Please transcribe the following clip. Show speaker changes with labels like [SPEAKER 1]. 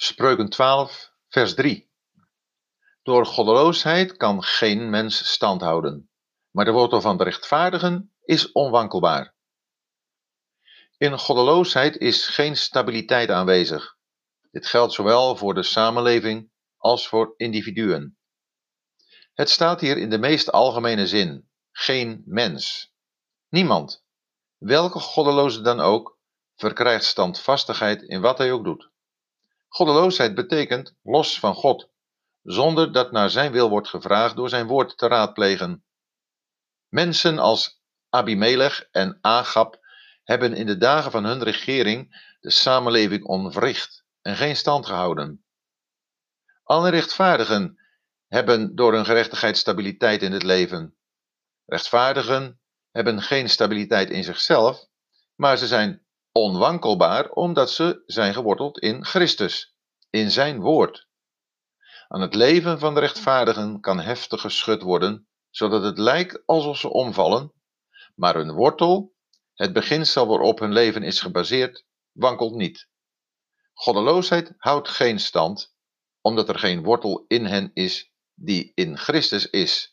[SPEAKER 1] Spreuken 12, vers 3. Door goddeloosheid kan geen mens stand houden, maar de wortel van de rechtvaardigen is onwankelbaar. In goddeloosheid is geen stabiliteit aanwezig. Dit geldt zowel voor de samenleving als voor individuen. Het staat hier in de meest algemene zin: geen mens. Niemand, welke goddeloze dan ook, verkrijgt standvastigheid in wat hij ook doet. Goddeloosheid betekent los van God, zonder dat naar zijn wil wordt gevraagd door zijn woord te raadplegen. Mensen als Abimelech en Agab hebben in de dagen van hun regering de samenleving ontwricht en geen stand gehouden. Alle rechtvaardigen hebben door hun gerechtigheid stabiliteit in het leven. Rechtvaardigen hebben geen stabiliteit in zichzelf, maar ze zijn onwankelbaar omdat ze zijn geworteld in Christus, in zijn woord. Aan het leven van de rechtvaardigen kan heftig geschud worden, zodat het lijkt alsof ze omvallen, maar hun wortel, het beginsel waarop hun leven is gebaseerd, wankelt niet. Goddeloosheid houdt geen stand, omdat er geen wortel in hen is die in Christus is.